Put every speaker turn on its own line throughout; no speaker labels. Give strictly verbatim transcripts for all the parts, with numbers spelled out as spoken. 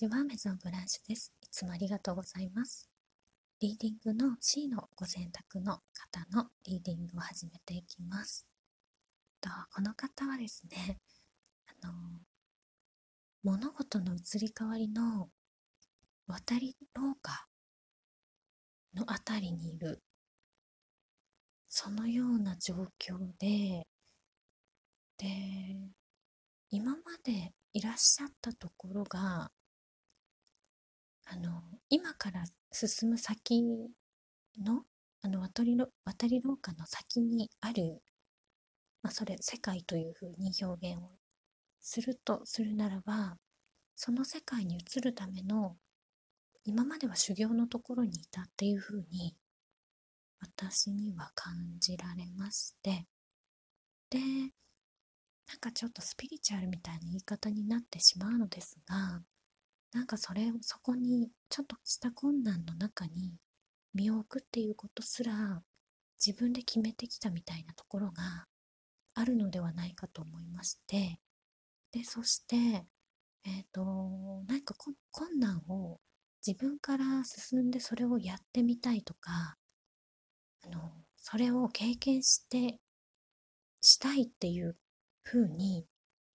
ちは、メゾンブランシュです。いつもありがとうございます。リーディングの C のご選択の方のリーディングを始めていきます。とこの方はですね、あの物事の移り変わりの渡り廊下のあたりにいる、そのような状況で、で、今までいらっしゃったところが、あの今から進む先のあの渡りろ渡り廊下の先にある、まあ、それ世界というふうに表現をするとするならば、その世界に移るための今までは修行のところにいたっていうふうに私には感じられまして、でなんかちょっとスピリチュアルみたいな言い方になってしまうのですが、なんかそれをそこにちょっとした困難の中に身を置くっていうことすら自分で決めてきたみたいなところがあるのではないかと思いまして、でそしてえっ、と何かこ困難を自分から進んでそれをやってみたいとか、あのそれを経験してしたいっていう風に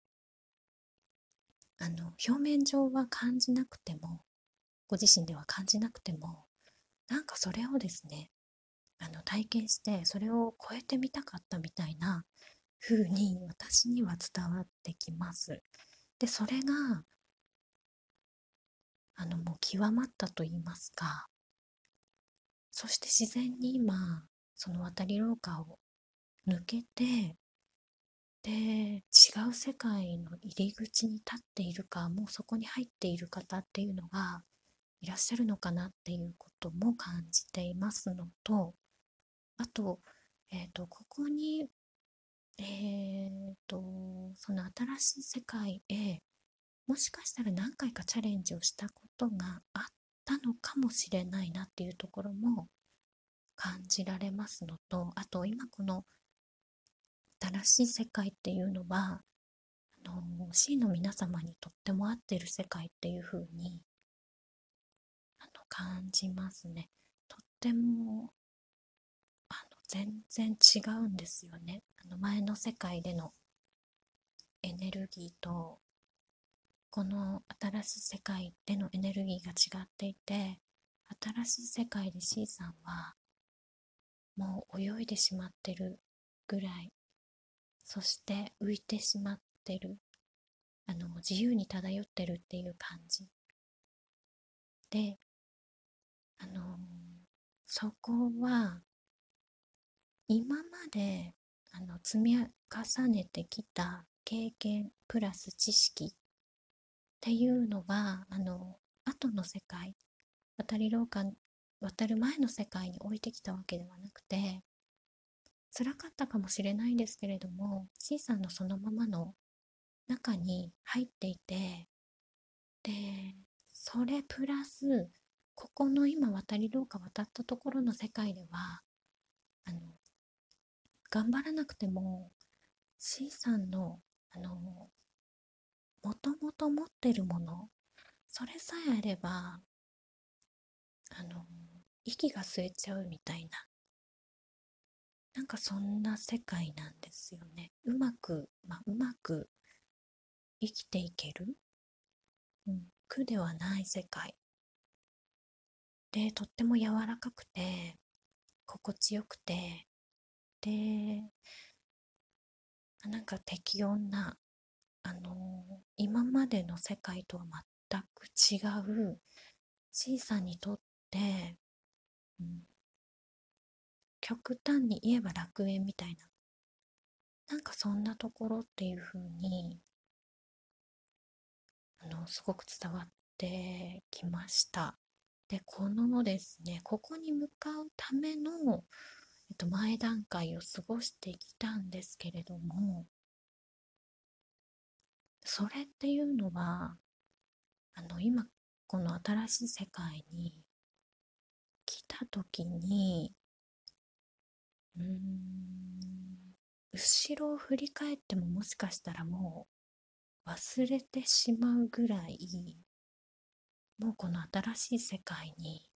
あの表面上は感じなくても、ご自身では感じなくても、なんかそれをですね、あの体験してそれを超えてみたかったみたいな風に私には伝わってきます。でそれがあのもう極まったと言いますか、そして自然に今その渡り廊下を抜けて、で違う世界の入り口に立っているか、もうそこに入っている方っていうのがいらっしゃるのかなっていうことも感じていますのと、あと、えっ、とここにえっ、とその新しい世界へもしかしたら何回かチャレンジをしたことがあったのかもしれないなっていうところも感じられますのと、あと今この新しい世界っていうのはあの C の皆様にとっても合ってる世界っていう風にあの感じますね。とってもあの全然違うんですよね。あの前の世界でのエネルギーとこの新しい世界でのエネルギーが違っていて、新しい世界で C さんはもう泳いでしまってるぐらい、そして浮いてしまってる、あの自由に漂ってるっていう感じで、あのそこは今まであの積み重ねてきた経験プラス知識っていうのがあの後の世界、渡り廊下渡る前の世界に置いてきたわけではなくて、辛かったかもしれないんですけれども C さんのそのままの中に入っていて、でそれプラスここの今渡り廊下渡ったところの世界ではあの頑張らなくても C さんのあのもともと持ってるもの、それさえあればあの息が吸えちゃうみたいな、なんかそんな世界なんですよね。うまく、まあ、うまく生きていける、うん、苦ではない世界で、とっても柔らかくて心地よくて、でなんか適温な、あのー今までの世界とは全く違う C さんにとって、うん、極端に言えば楽園みたいな、なんかそんなところっていう風にあのすごく伝わってきました。でこのですね、ここに向かうための、えっと、前段階を過ごしてきたんですけれども、それっていうのはあの今この新しい世界に来た時に、うーん後ろを振り返ってももしかしたらもう忘れてしまうぐらいもうこの新しい世界に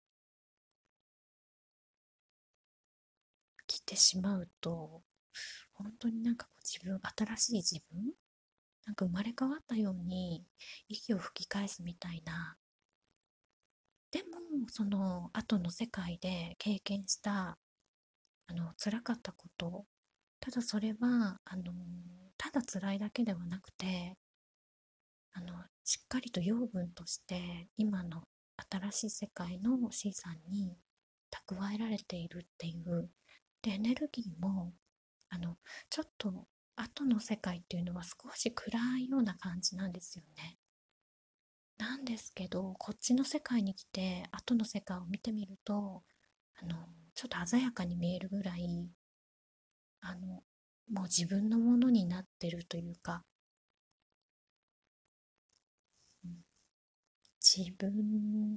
来てしまうと、本当になんかこう自分、新しい自分なんか生まれ変わったように息を吹き返すみたいな。でもその後の世界で経験したあの辛かったこと、ただそれはあのただ辛いだけではなくて、あのしっかりと養分として今の新しい世界の C さんに蓄えられているっていう。でエネルギーもあのちょっと後の世界っていうのは少し暗いような感じなんですよね。なんですけど、こっちの世界に来て後の世界を見てみると、あのちょっと鮮やかに見えるぐらい、あのもう自分のものになってるというか、うん、自分、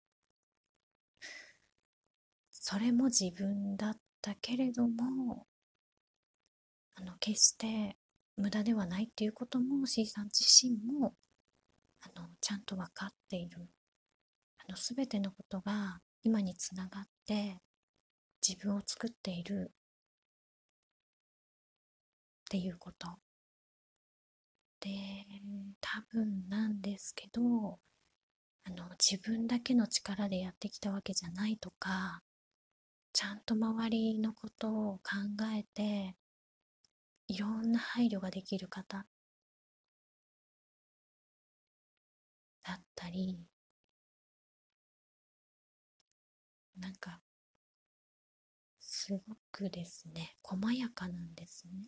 それも自分だったけれども、あの決して無駄ではないっていうことも C さん自身もあのちゃんと分かっている。あの全てのことが今につながって自分を作っているっていうことで、多分なんですけど、あの自分だけの力でやってきたわけじゃないとか、ちゃんと周りのことを考えていろんな配慮ができる方だったり、なんかすごくですね細やかなんですね。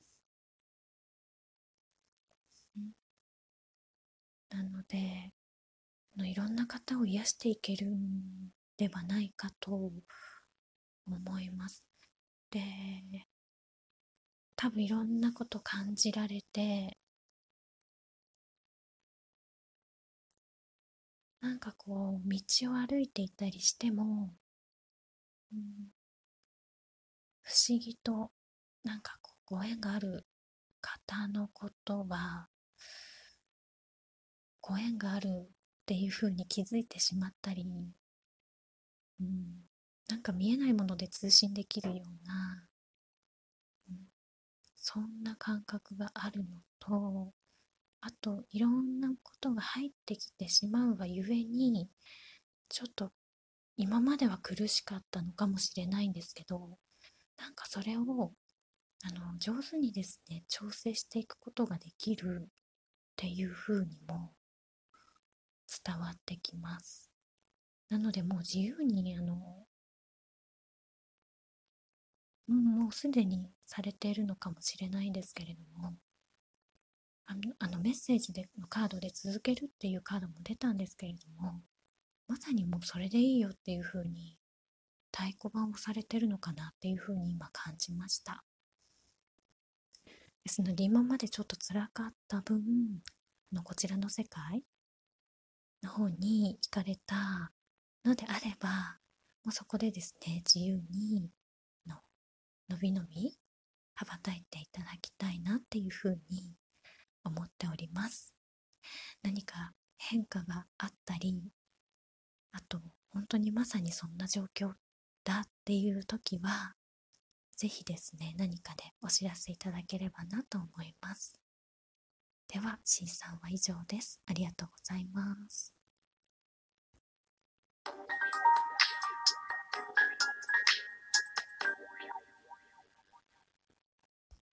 なのでのいろんな方を癒していけるんではないかと思います。で、多分いろんなこと感じられて、なんかこう道を歩いていたりしても、うん、不思議となんかこうご縁がある方のことはご縁があるっていうふうに気づいてしまったり、うん、なんか見えないもので通信できるような、うん、そんな感覚があるのと、あといろんなことが入ってきてしまうがゆえに、ちょっと今までは苦しかったのかもしれないんですけど、なんかそれをあの上手にですね調整していくことができるっていう風にも伝わってきます。なのでもう自由にあの、うん、もうすでにされているのかもしれないんですけれども、あのあのメッセージでのカードで続けるっていうカードも出たんですけれども、まさにもうそれでいいよっていう風に太鼓判をされてるのかなっていう風に今感じました。ですので今までちょっと辛かった分のこちらの世界の方に行かれたのであれば、もうそこでですね自由にののびのび羽ばたいていただきたいなっていうふうに思っております。何か変化があったり、あと本当にまさにそんな状況だっていう時は、ぜひですね何かでお知らせいただければなと思います。では C さんは以上です。ありがとうございます。